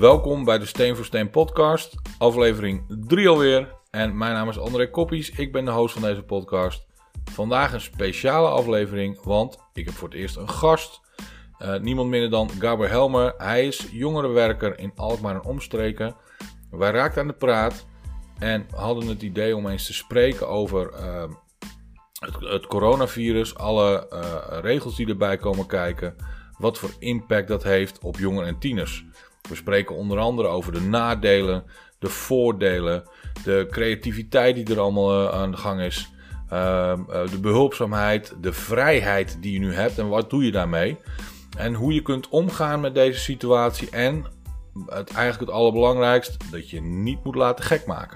Welkom bij de Steen voor Steen podcast, aflevering 3 alweer. En mijn naam is André Koppies, ik ben de host van deze podcast. Vandaag een speciale aflevering, want ik heb voor het eerst een gast. Niemand minder dan Gabor Helmer. Hij is jongerenwerker in Alkmaar en omstreken. Wij raakten aan de praat en hadden het idee om eens te spreken over het coronavirus. Alle regels die erbij komen kijken. Wat voor impact dat heeft op jongeren en tieners. We spreken onder andere over de nadelen, de voordelen, de creativiteit die er allemaal aan de gang is. De behulpzaamheid, de vrijheid die je nu hebt en wat doe je daarmee. En hoe je kunt omgaan met deze situatie en eigenlijk het allerbelangrijkste, dat je niet moet laten gek maken.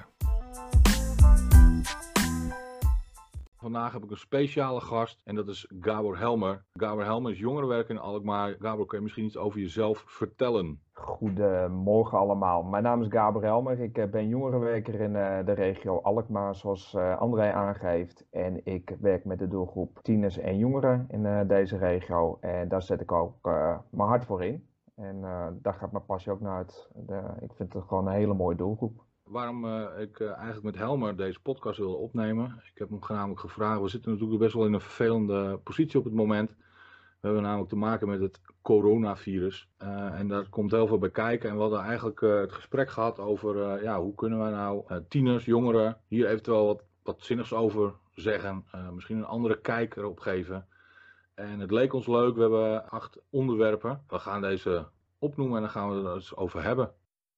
Vandaag heb ik een speciale gast en dat is Gabor Helmer. Gabor Helmer is jongerenwerker in Alkmaar. Gabor, kun je misschien iets over jezelf vertellen? Goedemorgen allemaal. Mijn naam is Gabor Helmer. Ik ben jongerenwerker in de regio Alkmaar, zoals André aangeeft. En ik werk met de doelgroep tieners en jongeren in deze regio. En daar zet ik ook mijn hart voor in. En daar gaat mijn passie ook naar uit. Ik vind het gewoon een hele mooie doelgroep. Waarom ik eigenlijk met Helmer deze podcast wilde opnemen. Ik heb hem namelijk gevraagd. We zitten natuurlijk best wel in een vervelende positie op het moment. We hebben namelijk te maken met het coronavirus. En daar komt heel veel bij kijken. En we hadden eigenlijk het gesprek gehad over hoe kunnen we nou tieners, jongeren hier eventueel wat zinnigs over zeggen. Misschien een andere kijk erop geven. En het leek ons leuk. We hebben 8 onderwerpen. We gaan deze opnoemen en dan gaan we er eens over hebben.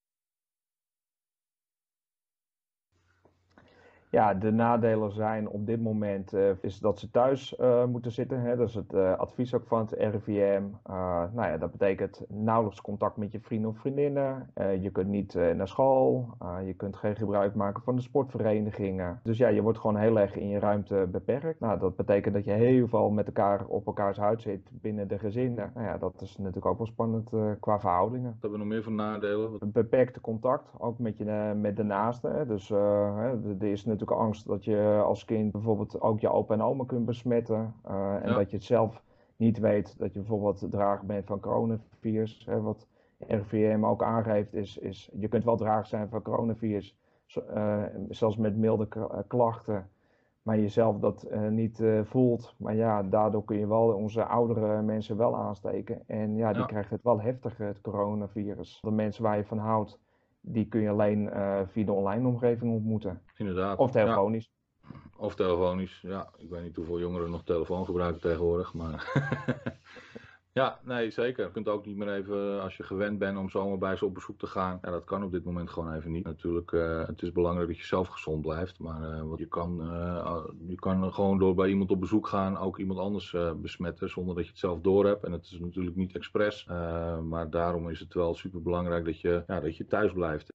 Ja, de nadelen zijn op dit moment is dat ze thuis moeten zitten. Hè? Dat is het advies ook van het RIVM. Dat betekent nauwelijks contact met je vrienden of vriendinnen. Je kunt niet naar school. Je kunt geen gebruik maken van de sportverenigingen. Dus ja, je wordt gewoon heel erg in je ruimte beperkt. Nou, dat betekent dat je heel veel met elkaar op elkaars huid zit binnen de gezinnen. Nou ja, dat is natuurlijk ook wel spannend qua verhoudingen. Wat hebben we nog meer voor nadelen? Beperkte contact, ook met de naasten. Hè? Dus er is natuurlijk angst dat je als kind bijvoorbeeld ook je opa en oma kunt besmetten. Dat je het zelf niet weet dat je bijvoorbeeld drager bent van coronavirus. Hè? Wat RIVM ook aangeeft is je kunt wel drager zijn van coronavirus, zelfs met milde klachten. Maar jezelf dat niet voelt. Maar ja, daardoor kun je wel onze oudere mensen wel aansteken. En ja, die krijgen het wel heftiger, het coronavirus. De mensen waar je van houdt, die kun je alleen via de online omgeving ontmoeten. Inderdaad. Of telefonisch. Ja. Of telefonisch, ja. Ik weet niet hoeveel jongeren nog telefoon gebruiken tegenwoordig, maar... Ja, nee, zeker. Je kunt ook niet meer even, als je gewend bent om zomaar bij ze op bezoek te gaan. Ja, dat kan op dit moment gewoon even niet. Natuurlijk, het is belangrijk dat je zelf gezond blijft. Maar je kan gewoon door bij iemand op bezoek gaan ook iemand anders besmetten zonder dat je het zelf doorhebt. En het is natuurlijk niet expres. Maar daarom is het wel super belangrijk dat je thuis blijft.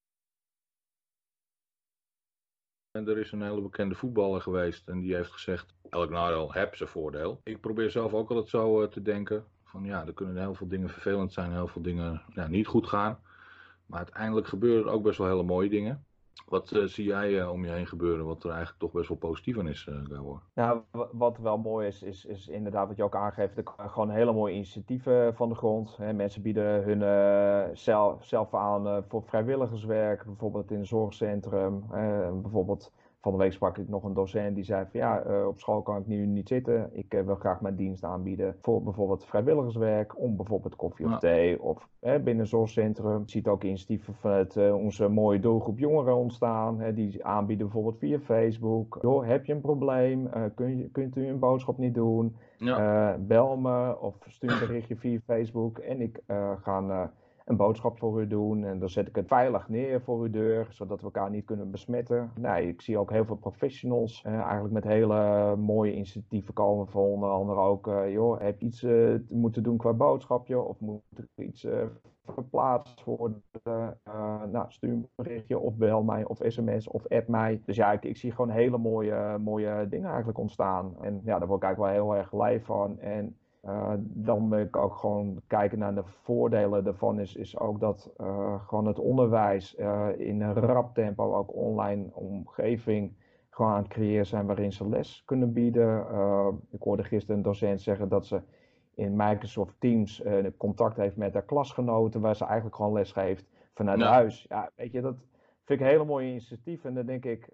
En er is een hele bekende voetballer geweest en die heeft gezegd, elk nadeel heeft zijn voordeel. Ik probeer zelf ook altijd zo te denken, van ja, er kunnen heel veel dingen vervelend zijn, heel veel dingen niet goed gaan. Maar uiteindelijk gebeuren er ook best wel hele mooie dingen. Wat zie jij om je heen gebeuren, wat er eigenlijk toch best wel positief aan is, Gabor? Nou, wat wel mooi is inderdaad wat je ook aangeeft, gewoon hele mooie initiatieven van de grond. Hè. Mensen bieden hun zelf aan voor vrijwilligerswerk, bijvoorbeeld in een zorgcentrum. Bijvoorbeeld van de week sprak ik nog een docent die zei van ja, op school kan ik nu niet zitten. Ik wil graag mijn dienst aanbieden voor bijvoorbeeld vrijwilligerswerk, om bijvoorbeeld koffie of thee of binnen een zorgcentrum. Je ziet ook initiatieven vanuit onze mooie doelgroep jongeren ontstaan, die aanbieden bijvoorbeeld via Facebook. Joh, heb je een probleem? Kunt u een boodschap niet doen? Ja. Bel me of stuur een berichtje via Facebook en ik ga een boodschap voor u doen. En dan zet ik het veilig neer voor uw deur, zodat we elkaar niet kunnen besmetten. Nee, ik zie ook heel veel professionals eigenlijk met hele mooie initiatieven komen. Van onder andere ook, heb je iets moeten doen qua boodschapje? Of moet er iets verplaatst worden? Stuur een berichtje of bel mij of sms of app mij. Dus ja, ik zie gewoon hele mooie dingen eigenlijk ontstaan. En ja, daar word ik eigenlijk wel heel erg blij van. En dan wil ik ook gewoon kijken naar de voordelen daarvan is ook dat gewoon het onderwijs in een rap tempo, ook online omgeving, gewoon aan het creëren zijn waarin ze les kunnen bieden. Ik hoorde gisteren een docent zeggen dat ze in Microsoft Teams contact heeft met haar klasgenoten, waar ze eigenlijk gewoon les geeft vanuit Ja. huis. Ja, weet je, dat vind ik een hele mooie initiatief. En dan denk ik,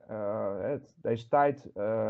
deze tijd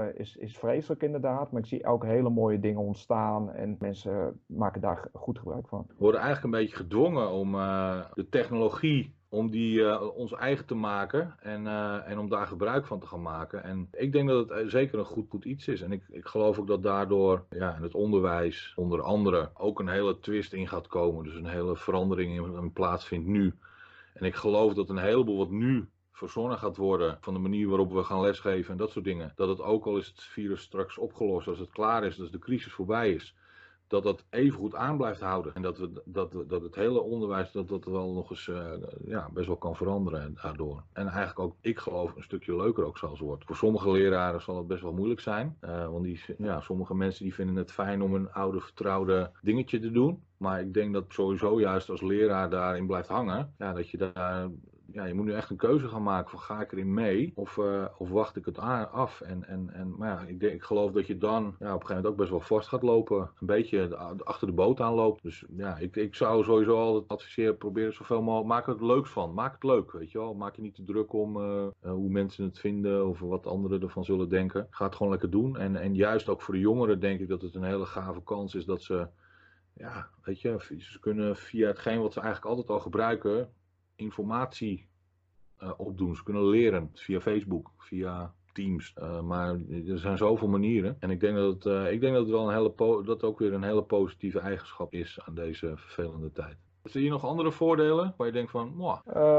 is vreselijk inderdaad, maar ik zie ook hele mooie dingen ontstaan en mensen maken daar goed gebruik van. We worden eigenlijk een beetje gedwongen om de technologie, om die ons eigen te maken en om daar gebruik van te gaan maken. En ik denk dat het zeker een goed iets is. En ik geloof ook dat daardoor in het onderwijs onder andere ook een hele twist in gaat komen. Dus een hele verandering in plaatsvindt nu. En ik geloof dat een heleboel wat nu verzonnen gaat worden van de manier waarop we gaan lesgeven en dat soort dingen. Dat het ook al is het virus straks opgelost, als het klaar is, als de crisis voorbij is. Dat even goed aan blijft houden. En dat het hele onderwijs dat wel nog eens best wel kan veranderen daardoor. En eigenlijk ook, ik geloof, een stukje leuker ook zelfs wordt. Voor sommige leraren zal het best wel moeilijk zijn. Want sommige mensen die vinden het fijn om een oude vertrouwde dingetje te doen. Maar ik denk dat sowieso juist als leraar daarin blijft hangen. Ja, dat je daar... Ja, je moet nu echt een keuze gaan maken van ga ik erin mee of wacht ik het af. Maar ja, ik geloof dat je dan op een gegeven moment ook best wel vast gaat lopen. Een beetje achter de boot aanloopt. Dus ja, ik zou sowieso altijd adviseren, probeer er zoveel mogelijk, maak er het leuks van. Maak het leuk, weet je wel. Maak je niet te druk om hoe mensen het vinden of wat anderen ervan zullen denken. Ga het gewoon lekker doen. En juist ook voor de jongeren denk ik dat het een hele gave kans is dat ze, ja, weet je, ze kunnen via hetgeen wat ze eigenlijk altijd al gebruiken, informatie opdoen. Ze kunnen leren via Facebook, via Teams. Maar er zijn zoveel manieren. En ik denk dat het wel dat ook weer een hele positieve eigenschap is aan deze vervelende tijd. Zie je nog andere voordelen waar je denkt van, mwah.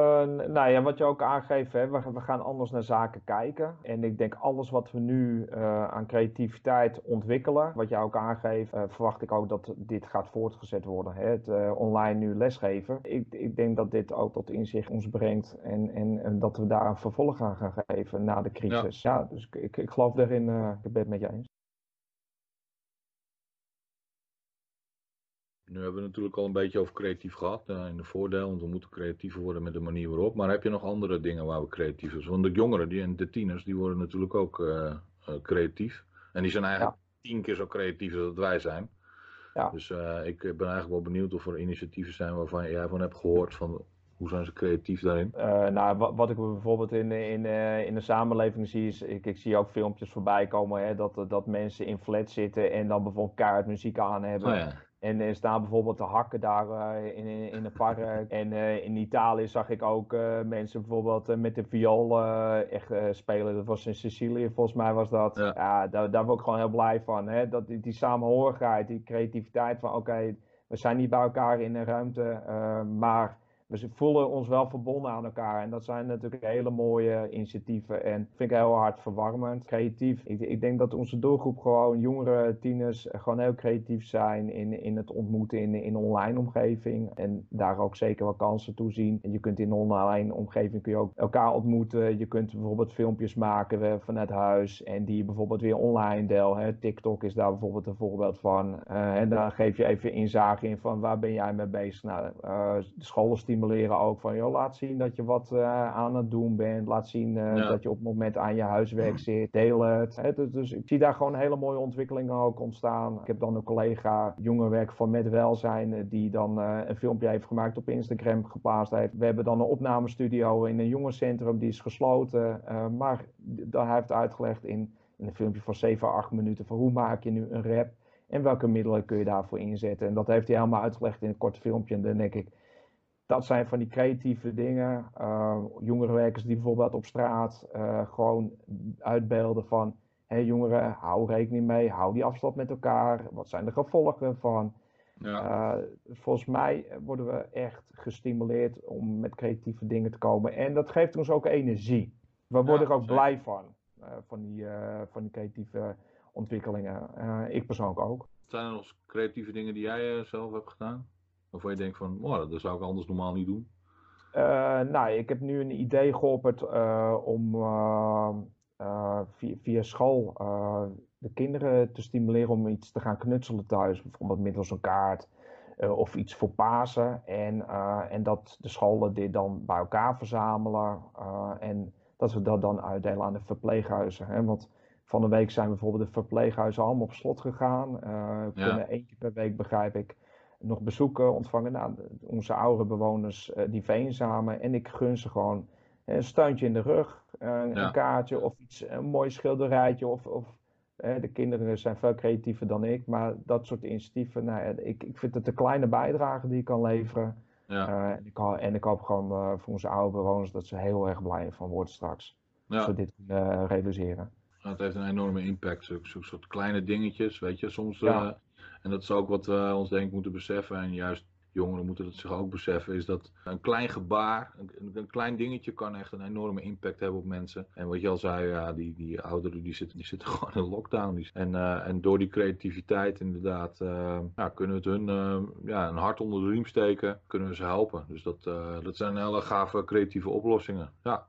Nou ja, wat je ook aangeeft, hè, we gaan anders naar zaken kijken. En ik denk alles wat we nu aan creativiteit ontwikkelen, wat je ook aangeeft, verwacht ik ook dat dit gaat voortgezet worden. Hè? Het online nu lesgeven. Ik denk dat dit ook tot inzicht ons brengt en dat we daar een vervolg aan gaan geven na de crisis. Ja, dus ik geloof daarin, ik ben het met je eens. Nu hebben we natuurlijk al een beetje over creatief gehad in de voordelen, want we moeten creatiever worden met de manier waarop. Maar heb je nog andere dingen waar we creatief zijn? Want de jongeren en de tieners, die worden natuurlijk ook creatief. En die zijn eigenlijk 10 keer zo creatief als dat wij zijn. Ja. Dus ik ben eigenlijk wel benieuwd of er initiatieven zijn waarvan jij van hebt gehoord van hoe zijn ze creatief daarin? Wat ik bijvoorbeeld in de samenleving zie is, ik zie ook filmpjes voorbij komen, hè, dat mensen in flats zitten en dan bijvoorbeeld keihard muziek aan hebben. Oh ja. En staan bijvoorbeeld te hakken daar in een park. En in Italië zag ik ook mensen bijvoorbeeld met de viool echt spelen. Dat was in Sicilië, volgens mij was dat. Ja, daar word ik gewoon heel blij van. Hè? Dat die samenhorigheid, die creativiteit van oké, we zijn niet bij elkaar in een ruimte, maar we voelen ons wel verbonden aan elkaar. En dat zijn natuurlijk hele mooie initiatieven. En vind ik heel hard verwarmend. Creatief. Ik denk dat onze doelgroep gewoon jongeren, tieners, gewoon heel creatief zijn in het ontmoeten in een online omgeving. En daar ook zeker wel kansen toe zien. En je kunt in een online omgeving kun je ook elkaar ontmoeten. Je kunt bijvoorbeeld filmpjes maken vanuit huis. En die je bijvoorbeeld weer online deel. Hè. TikTok is daar bijvoorbeeld een voorbeeld van. En dan geef je even inzage in van waar ben jij mee bezig. Nou, de scholen stimuleren ook van, joh, laat zien dat je wat aan het doen bent. Laat zien dat je op het moment aan je huiswerk zit. Deel het. Hè. Dus ik zie daar gewoon hele mooie ontwikkelingen ook ontstaan. Ik heb dan een collega, jongerenwerk van Met Welzijn, die dan een filmpje heeft gemaakt op Instagram geplaatst heeft. We hebben dan een opnamestudio in een jongerencentrum, die is gesloten. Maar hij heeft uitgelegd in een filmpje van 7 à 8 minuten van hoe maak je nu een rap en welke middelen kun je daarvoor inzetten. En dat heeft hij helemaal uitgelegd in een kort filmpje. En dan denk ik, dat zijn van die creatieve dingen. Jongerenwerkers die bijvoorbeeld op straat gewoon uitbeelden van, hé jongeren, hou rekening mee, hou die afstand met elkaar. Wat zijn de gevolgen van? Ja. Volgens mij worden we echt gestimuleerd om met creatieve dingen te komen. En dat geeft ons ook energie. We worden er ook blij van die creatieve ontwikkelingen. Ik persoonlijk ook. Zijn er nog creatieve dingen die jij zelf hebt gedaan? Waarvan je denkt van, wow, dat zou ik anders normaal niet doen? Ik heb nu een idee geopperd om via school de kinderen te stimuleren om iets te gaan knutselen thuis. Bijvoorbeeld middels een kaart of iets voor Pasen. En dat de scholen dit dan bij elkaar verzamelen. En dat we dat dan uitdelen aan de verpleeghuizen. Hè? Want Van de week zijn bijvoorbeeld de verpleeghuizen allemaal op slot gegaan. We kunnen 1 keer per week, begrijp ik, nog bezoeken ontvangen. Nou, onze oudere bewoners die vereenzamen. En ik gun ze gewoon een steuntje in de rug, een kaartje of iets, een mooi schilderijtje. De kinderen zijn veel creatiever dan ik, maar dat soort initiatieven, nou, ik vind het een kleine bijdrage die ik kan leveren. Ja. En ik hoop gewoon voor onze oude bewoners dat ze heel erg blij van worden straks. Als we dit kunnen realiseren. Het heeft een enorme impact, zo'n soort kleine dingetjes, weet je, soms. En dat is ook wat we ons denk ik moeten beseffen, en juist jongeren moeten dat zich ook beseffen, is dat een klein gebaar, een klein dingetje kan echt een enorme impact hebben op mensen. En wat je al zei, ja, die ouderen die zitten gewoon in lockdown. En door die creativiteit inderdaad kunnen we het hun een hart onder de riem steken, kunnen we ze helpen. Dus dat zijn hele gave creatieve oplossingen. Ja.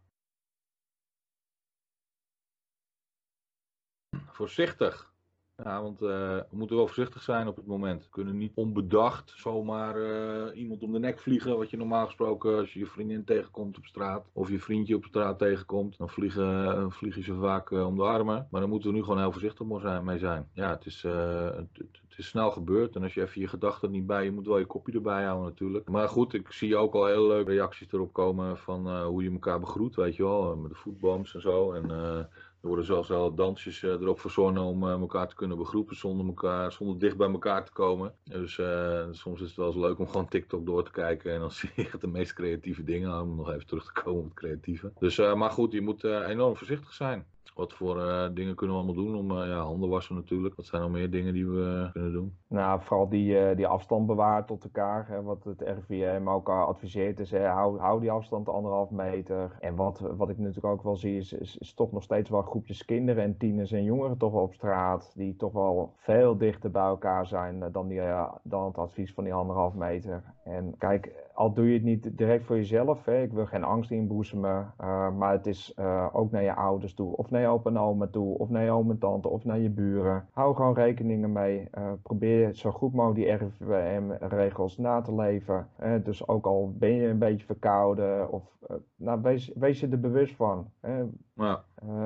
Voorzichtig. Ja, want we moeten wel voorzichtig zijn op het moment. We kunnen niet onbedacht zomaar iemand om de nek vliegen. Wat je normaal gesproken als je je vriendin tegenkomt op straat. Of je vriendje op straat tegenkomt. Dan vliegen ze vaak om de armen. Maar dan moeten we nu gewoon heel voorzichtig mee zijn. Ja, het is snel gebeurd. En als je even je gedachten niet bij, je moet wel je kopje erbij houden natuurlijk. Maar goed, ik zie ook al heel leuke reacties erop komen van hoe je elkaar begroet. Weet je wel, met de voetbams en zo. En er worden zelfs al dansjes erop verzonnen om elkaar te kunnen begroeten zonder dicht bij elkaar te komen. Dus soms is het wel eens leuk om gewoon TikTok door te kijken en dan zie je echt de meest creatieve dingen. Om nog even terug te komen op het creatieve. Dus, maar goed, je moet enorm voorzichtig zijn. Wat voor dingen kunnen we allemaal doen om handen wassen natuurlijk. Wat zijn nog meer dingen die we kunnen doen? Nou, vooral die afstand bewaren tot elkaar. Hè, wat het RIVM ook adviseert is, hou die afstand 1,5 meter. En wat ik natuurlijk ook wel zie is toch nog steeds wel groepjes kinderen en tieners en jongeren toch wel op straat. Die toch wel veel dichter bij elkaar zijn dan het advies van die 1,5 meter. En kijk, al doe je het niet direct voor jezelf. Hè, ik wil geen angst inboezemen. Maar het is ook naar je ouders toe. Of naar je opa en oma toe. Of naar je oom en tante. Of naar je buren. Hou gewoon rekeningen mee. Probeer zo goed mogelijk die RIVM-regels na te leven. Dus ook al ben je een beetje verkouden. Wees je er bewust van. Ja.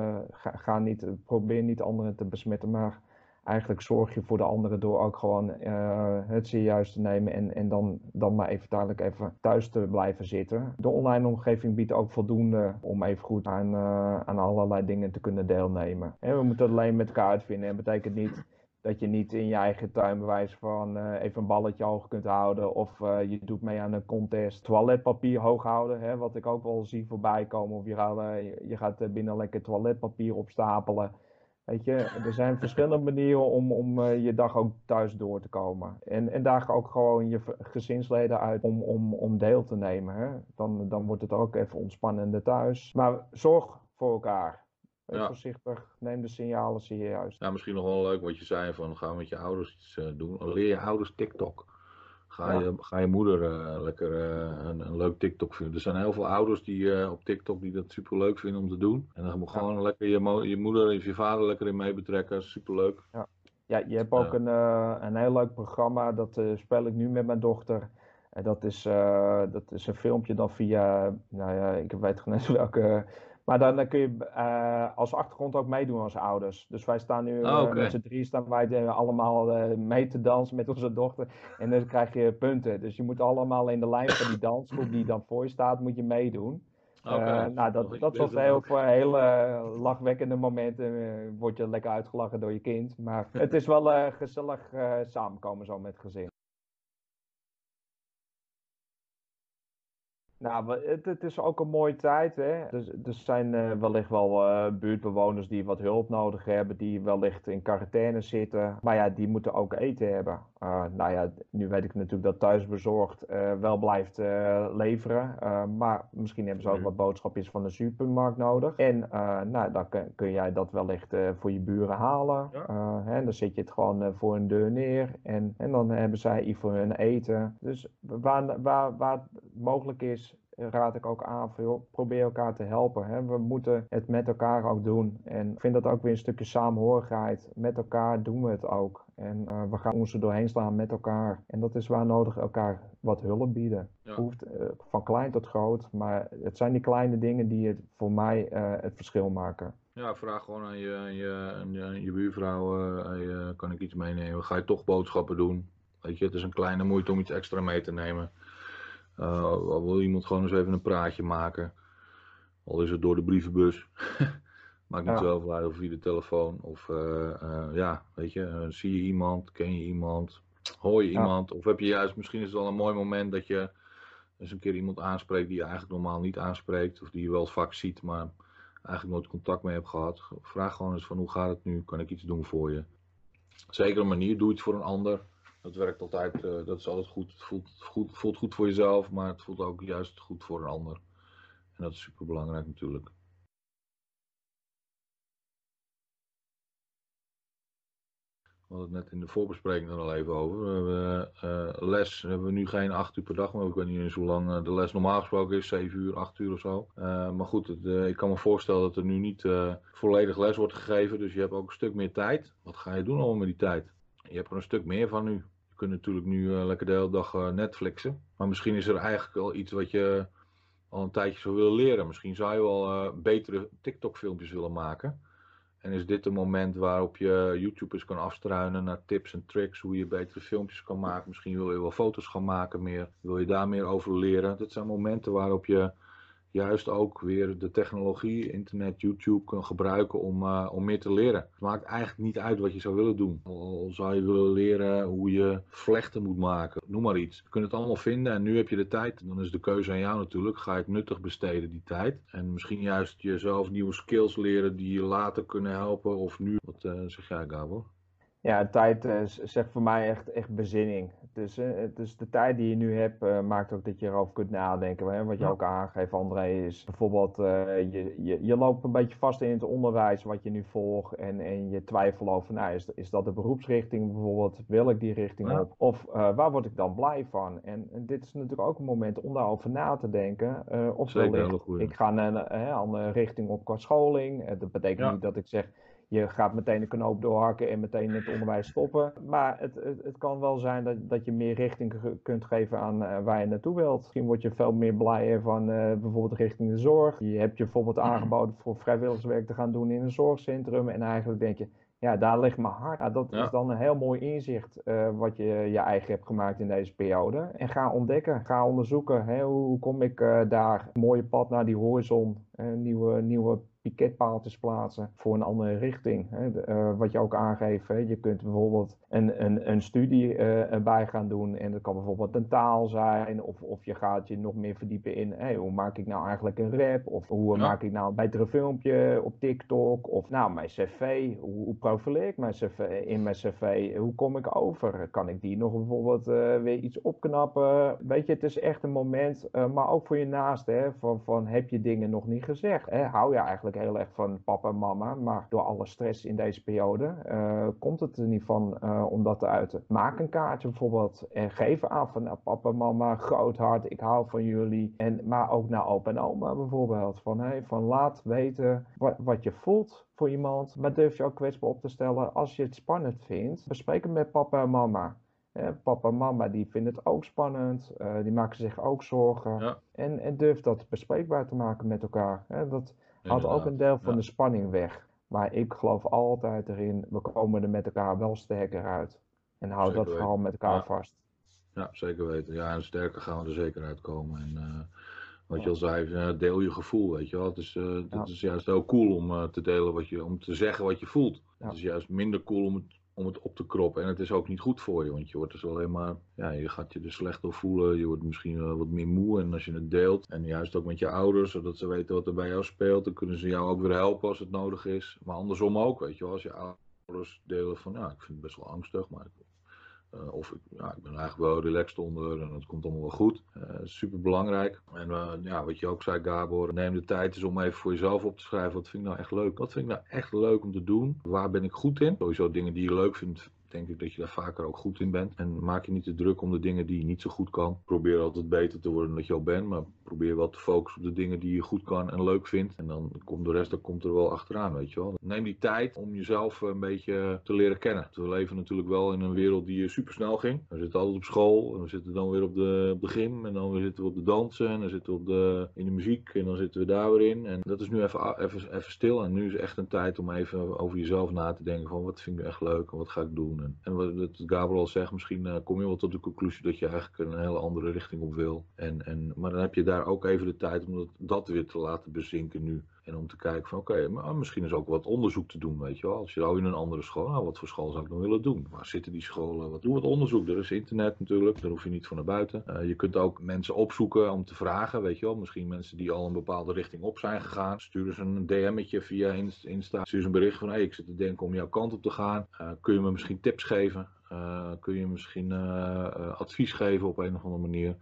Probeer niet anderen te besmetten. Maar eigenlijk zorg je voor de anderen door ook gewoon het serieus te nemen en dan maar even thuis te blijven zitten. De online omgeving biedt ook voldoende om even goed aan allerlei dingen te kunnen deelnemen. En we moeten het alleen met elkaar uitvinden. En dat betekent niet dat je niet in je eigen tuin bewijs van even een balletje hoog kunt houden. Of je doet mee aan een contest. Toiletpapier hoog houden, hè, wat ik ook wel zie voorbij komen. Of je gaat binnen lekker toiletpapier opstapelen. Weet je, er zijn verschillende manieren om je dag ook thuis door te komen. En daag ook gewoon je gezinsleden uit om deel te nemen. Hè? Dan wordt het ook even ontspannender thuis. Maar zorg voor elkaar. Wees voorzichtig, neem de signalen serieus. Ja, misschien nog wel leuk wat je zei van ga met je ouders iets doen. Leer je ouders TikTok. Ga je moeder lekker een leuk TikTok vinden. Er zijn heel veel ouders die op TikTok die dat super leuk vinden om te doen. En dan moet gewoon lekker je moeder of je vader lekker in mee betrekken. Super leuk. Ja, je hebt ook een heel leuk programma. Dat speel ik nu met mijn dochter. En dat is een filmpje dan via, nou ja, ik weet gewoon niet welke. Maar dan kun je als achtergrond ook meedoen als ouders. Dus wij staan nu met z'n 3 staan wij allemaal mee te dansen met onze dochter. En dan krijg je punten. Dus je moet allemaal in de lijn van die dansgroep die dan voor je staat, moet je meedoen. Dat was heel voor hele lachwekkende momenten. Word je lekker uitgelachen door je kind. Maar het is wel gezellig samenkomen zo met gezin. Nou, het is ook een mooie tijd, hè. Dus, er zijn wellicht wel buurtbewoners die wat hulp nodig hebben, die wellicht in quarantaine zitten. Maar ja, die moeten ook eten hebben. Nou ja, nu weet ik natuurlijk dat Thuisbezorgd wel blijft leveren. Maar misschien hebben ze ook wat boodschapjes van de supermarkt nodig. En nou, dan kun jij dat wellicht voor je buren halen. Hè, dan zet je het gewoon voor hun deur neer. En dan hebben zij iets voor hun eten. Dus waar het mogelijk is, raad ik ook aan van, joh, probeer elkaar te helpen. Hè. We moeten het met elkaar ook doen. En ik vind dat ook weer een stukje samenhorigheid. Met elkaar doen we het ook. En we gaan ons er doorheen slaan met elkaar. En dat is waar nodig elkaar wat hulp bieden. Ja. Hoeft van klein tot groot. Maar het zijn die kleine dingen die het voor mij het verschil maken. Ja, vraag gewoon aan je buurvrouw, kan ik iets meenemen? Ga je toch boodschappen doen? Weet je, het is een kleine moeite om iets extra mee te nemen. Al wil iemand gewoon eens even een praatje maken. Al is het door de brievenbus. Maakt niet zoveel uit, of via de telefoon. Of weet je, zie je iemand, ken je iemand, hoor je iemand. Of heb je juist, misschien is het wel een mooi moment dat je eens een keer iemand aanspreekt die je eigenlijk normaal niet aanspreekt. Of die je wel eens vaak ziet, maar eigenlijk nooit contact mee hebt gehad. Vraag gewoon eens van, hoe gaat het nu? Kan ik iets doen voor je? Zeker een manier, doe iets voor een ander. Dat werkt altijd, dat is altijd goed. Het voelt goed voor jezelf, maar het voelt ook juist goed voor een ander. En dat is super belangrijk natuurlijk. We hadden het net in de voorbespreking er al even over. Les hebben we nu geen 8 uur per dag, maar ik weet niet eens hoe lang de les normaal gesproken is, 7 uur, 8 uur of zo. Maar goed, ik kan me voorstellen dat er nu niet volledig les wordt gegeven, dus je hebt ook een stuk meer tijd. Wat ga je doen allemaal met die tijd? Je hebt er een stuk meer van nu. Je kunt natuurlijk nu lekker de hele dag Netflixen, maar misschien is er eigenlijk wel iets wat je al een tijdje zou willen leren. Misschien zou je wel betere TikTok filmpjes willen maken. En is dit een moment waarop je YouTubers kan afstruinen naar tips en tricks, hoe je betere filmpjes kan maken. Misschien wil je wel foto's gaan maken meer, wil je daar meer over leren. Dat zijn momenten waarop je juist ook weer de technologie, internet, YouTube kan gebruiken om meer te leren. Het maakt eigenlijk niet uit wat je zou willen doen. Al zou je willen leren hoe je vlechten moet maken, noem maar iets. Je kunt het allemaal vinden en nu heb je de tijd. Dan is de keuze aan jou natuurlijk. Ga je het nuttig besteden, die tijd. En misschien juist jezelf nieuwe skills leren die je later kunnen helpen of nu. Wat zeg jij, Gabor? Ja, tijd zegt voor mij echt bezinning. Dus de tijd die je nu hebt maakt ook dat je erover kunt nadenken. Hè? Wat je ook aangeeft, André, is bijvoorbeeld je loopt een beetje vast in het onderwijs wat je nu volgt. En je twijfelt over, nou, is dat de beroepsrichting bijvoorbeeld? Wil ik die richting op? Of waar word ik dan blij van? En dit is natuurlijk ook een moment om daarover na te denken. Of wellicht, ik ga een andere richting op qua scholing. Dat betekent niet dat ik zeg, je gaat meteen de knoop doorhakken en meteen het onderwijs stoppen. Maar het kan wel zijn dat je meer richting kunt geven aan waar je naartoe wilt. Misschien word je veel meer blijer van bijvoorbeeld richting de zorg. Je hebt je bijvoorbeeld aangeboden voor vrijwilligerswerk te gaan doen in een zorgcentrum. En eigenlijk denk je, ja, daar ligt mijn hart. Nou, dat is dan een heel mooi inzicht wat je eigen hebt gemaakt in deze periode. En ga ontdekken, ga onderzoeken. Hè, hoe kom ik daar? Een mooie pad naar die horizon. Nieuwe piketpaaltjes plaatsen voor een andere richting. Wat je ook aangeeft, je kunt bijvoorbeeld een studie erbij gaan doen en dat kan bijvoorbeeld een taal zijn of je gaat je nog meer verdiepen in hoe maak ik nou eigenlijk een rap of hoe maak ik nou een betere filmpje op TikTok of nou mijn cv, hoe profileer ik mijn cv, in mijn cv, hoe kom ik over? Kan ik die nog bijvoorbeeld weer iets opknappen? Weet je, het is echt een moment, maar ook voor je naaste, van heb je dingen nog niet gezegd? Hou je eigenlijk heel erg van papa en mama, maar door alle stress in deze periode komt het er niet van om dat te uiten. Maak een kaartje bijvoorbeeld en geef aan van nou, papa en mama, groot hart, ik hou van jullie. Maar ook naar opa en oma bijvoorbeeld, van laat weten wat je voelt voor iemand, maar durf je ook kwetsbaar op te stellen als je het spannend vindt. Bespreek het met papa en mama. Papa en mama die vinden het ook spannend, die maken zich ook zorgen en durf dat bespreekbaar te maken met elkaar. Dat haalt ook een deel van de spanning weg. Maar ik geloof altijd erin, we komen er met elkaar wel sterker uit. En hou dat vooral met elkaar vast. Ja, zeker weten. Ja, en sterker gaan we er zeker uitkomen. En wat je al zei, deel je gevoel, weet je wel. Het is juist heel cool om te delen om te zeggen wat je voelt. Het is juist minder cool om het op te kroppen. En het is ook niet goed voor je, want je wordt dus alleen maar, je gaat je er slecht door voelen. Je wordt misschien wat meer moe. En als je het deelt, en juist ook met je ouders, zodat ze weten wat er bij jou speelt, dan kunnen ze jou ook weer helpen als het nodig is. Maar andersom ook, weet je wel. Als je ouders delen van, ik vind het best wel angstig, maar ik ben eigenlijk wel relaxed onder en het komt allemaal wel goed. Super belangrijk. En wat je ook zei, Gabor, neem de tijd eens om even voor jezelf op te schrijven. Wat vind ik nou echt leuk? Wat vind ik nou echt leuk om te doen? Waar ben ik goed in? Sowieso dingen die je leuk vindt, denk ik dat je daar vaker ook goed in bent. En maak je niet te druk om de dingen die je niet zo goed kan. Probeer altijd beter te worden dan dat je al bent, maar probeer wel te focussen op de dingen die je goed kan en leuk vindt. En dan komt de rest, komt er wel achteraan, weet je wel. Neem die tijd om jezelf een beetje te leren kennen. We leven natuurlijk wel in een wereld die super snel ging. We zitten altijd op school en we zitten dan weer op de gym en dan weer zitten we op de dansen en dan zitten we in de muziek en dan zitten we daar weer in. En dat is nu even stil en nu is echt een tijd om even over jezelf na te denken van wat vind ik nu echt leuk en wat ga ik doen. En wat Gabriel al zegt, misschien kom je wel tot de conclusie dat je eigenlijk een hele andere richting op wil. Maar dan heb je daar ook even de tijd om dat weer te laten bezinken nu. En om te kijken van oké, maar misschien is ook wat onderzoek te doen, weet je wel. Als je nou in een andere school, nou, wat voor school zou ik dan willen doen? Waar zitten die scholen? Doe wat onderzoek. Er is internet natuurlijk, daar hoef je niet voor naar buiten. Je kunt ook mensen opzoeken om te vragen, weet je wel. Misschien mensen die al een bepaalde richting op zijn gegaan. Stuur ze een DM'tje via Insta. Stuur ze een bericht van hey, ik zit te denken om jouw kant op te gaan. Kun je me misschien tips geven? Kun je misschien advies geven op een of andere manier?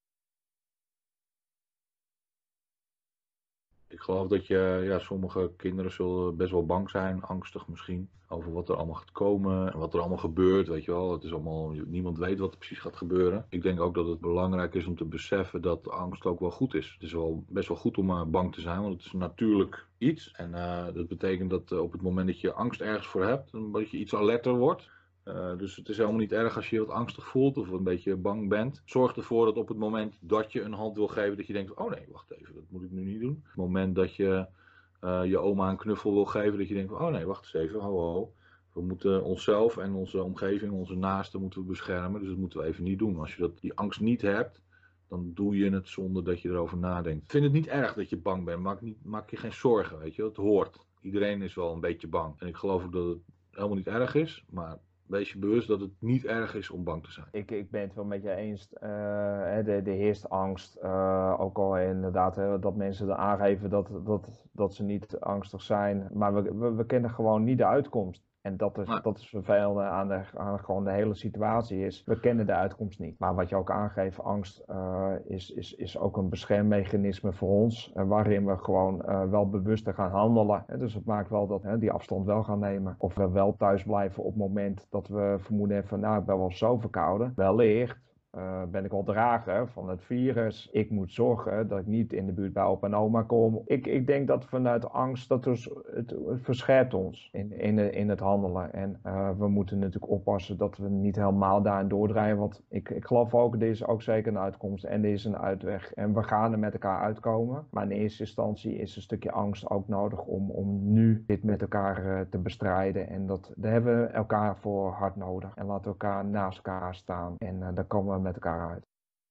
Ik geloof dat sommige kinderen zullen best wel bang zijn, angstig misschien, over wat er allemaal gaat komen en wat er allemaal gebeurt, weet je wel. Het is allemaal, niemand weet wat er precies gaat gebeuren. Ik denk ook dat het belangrijk is om te beseffen dat angst ook wel goed is. Het is wel best wel goed om bang te zijn, want het is natuurlijk iets. En dat betekent dat op het moment dat je angst ergens voor hebt, dat je iets alerter wordt. Dus het is helemaal niet erg als je je wat angstig voelt of een beetje bang bent. Zorg ervoor dat op het moment dat je een hand wil geven, dat je denkt, oh nee, wacht even, dat moet ik nu niet doen. Op het moment dat je je oma een knuffel wil geven, dat je denkt, oh nee, wacht eens even, ho ho. We moeten onszelf en onze omgeving, onze naasten moeten we beschermen, dus dat moeten we even niet doen. Als je die angst niet hebt, dan doe je het zonder dat je erover nadenkt. Ik vind het niet erg dat je bang bent, maak je geen zorgen, weet je, het hoort. Iedereen is wel een beetje bang. En ik geloof ook dat het helemaal niet erg is, maar wees je bewust dat het niet erg is om bang te zijn. Ik ben het wel met je eens. Er heerst angst. Ook al inderdaad dat mensen er aangeven dat ze niet angstig zijn. Maar we kennen gewoon niet de uitkomst. En dat is vervelend aan gewoon de hele situatie is. We kennen de uitkomst niet. Maar wat je ook aangeeft, angst is ook een beschermmechanisme voor ons. Waarin we gewoon wel bewuster gaan handelen. Dus het maakt wel dat die afstand wel gaan nemen. Of we wel thuis blijven op het moment dat we vermoeden hebben van nou ik ben wel zo verkouden. Wellicht ben ik al drager van het virus. Ik moet zorgen dat ik niet in de buurt bij opa en oma kom. Ik denk dat vanuit angst, het verscherpt ons in het handelen. En we moeten natuurlijk oppassen dat we niet helemaal daarin doordrijven. Want ik geloof ook, er is ook zeker een uitkomst en er is een uitweg. En we gaan er met elkaar uitkomen. Maar in eerste instantie is een stukje angst ook nodig om nu dit met elkaar te bestrijden. En daar hebben we elkaar voor hard nodig. En laten we elkaar naast elkaar staan. En dan komen we met elkaar uit.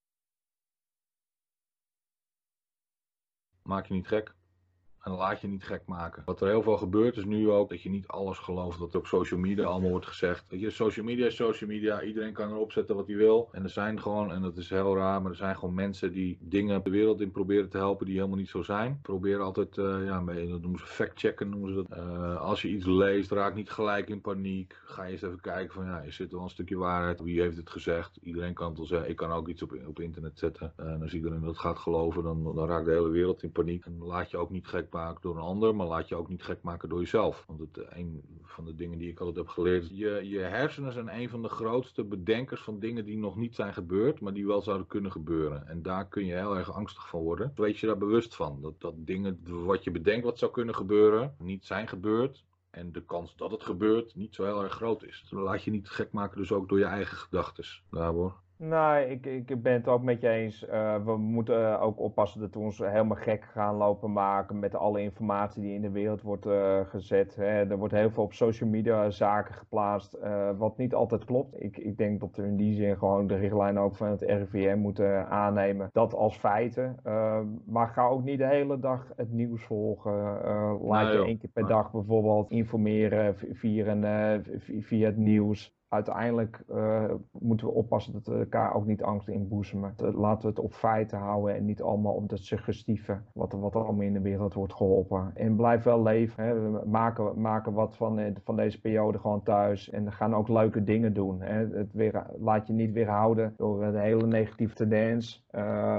Maak je niet gek. En laat je niet gek maken. Wat er heel veel gebeurt is nu ook dat je niet alles gelooft wat op social media allemaal wordt gezegd. Weet je, social media is social media. Iedereen kan erop zetten wat hij wil. En er zijn gewoon, en dat is heel raar, maar er zijn gewoon mensen die dingen de wereld in proberen te helpen die helemaal niet zo zijn. Proberen altijd, dat noemen ze factchecken, noemen ze dat. Als je iets leest, raak niet gelijk in paniek. Ga je eens even kijken van, is er wel een stukje waarheid? Wie heeft het gezegd? Iedereen kan het wel zeggen. Ik kan ook iets op internet zetten. En als iedereen dat gaat geloven, dan raakt de hele wereld in paniek. En laat je ook niet gek maken door een ander, maar laat je ook niet gek maken door jezelf. Want een van de dingen die ik altijd heb geleerd, je hersenen zijn een van de grootste bedenkers van dingen die nog niet zijn gebeurd, maar die wel zouden kunnen gebeuren. En daar kun je heel erg angstig van worden. Wees je daar bewust van, dat dingen wat je bedenkt wat zou kunnen gebeuren, niet zijn gebeurd. En de kans dat het gebeurt niet zo heel erg groot is. Dus laat je niet gek maken dus ook door je eigen gedachten. Gabor. Nou, ik ben het ook met je eens. We moeten ook oppassen dat we ons helemaal gek gaan lopen maken met alle informatie die in de wereld wordt gezet. Hè. Er wordt heel veel op social media zaken geplaatst, wat niet altijd klopt. Ik denk dat we in die zin gewoon de richtlijnen ook van het RIVM moeten aannemen. Dat als feiten. Maar ga ook niet de hele dag het nieuws volgen. Laat je 1 keer per dag bijvoorbeeld informeren via het nieuws. Uiteindelijk moeten we oppassen dat we elkaar ook niet angst inboezemen. Laten we het op feiten houden en niet allemaal op dat suggestieve wat er allemaal in de wereld wordt geholpen. En blijf wel leven. Hè. We maken wat van deze periode gewoon thuis en gaan ook leuke dingen doen. Hè. Laat je niet weerhouden door de hele negatieve tendens.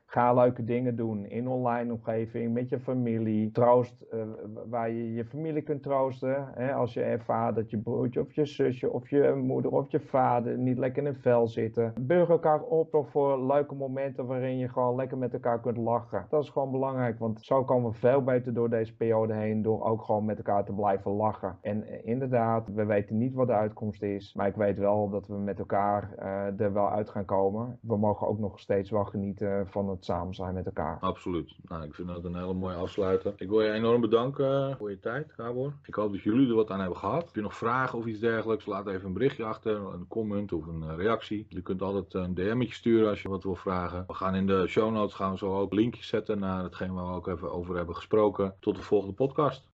Ga leuke dingen doen in online omgeving, met je familie. Troost waar je je familie kunt troosten. Hè? Als je ervaart dat je broertje of je zusje of je moeder of je vader niet lekker in een vel zitten. Burg elkaar op toch voor leuke momenten waarin je gewoon lekker met elkaar kunt lachen. Dat is gewoon belangrijk, want zo komen we veel beter door deze periode heen door ook gewoon met elkaar te blijven lachen. En inderdaad, we weten niet wat de uitkomst is, maar ik weet wel dat we met elkaar er wel uit gaan komen. We mogen ook nog steeds wel genieten van het samen zijn met elkaar. Absoluut. Nou, ik vind dat een hele mooie afsluiter. Ik wil je enorm bedanken voor je tijd, Gabor. Ik hoop dat jullie er wat aan hebben gehad. Heb je nog vragen of iets dergelijks? Laat even een berichtje achter, een comment of een reactie. Je kunt altijd een DM'tje sturen als je wat wil vragen. We gaan in de show notes zo ook linkjes zetten naar hetgeen waar we ook even over hebben gesproken. Tot de volgende podcast.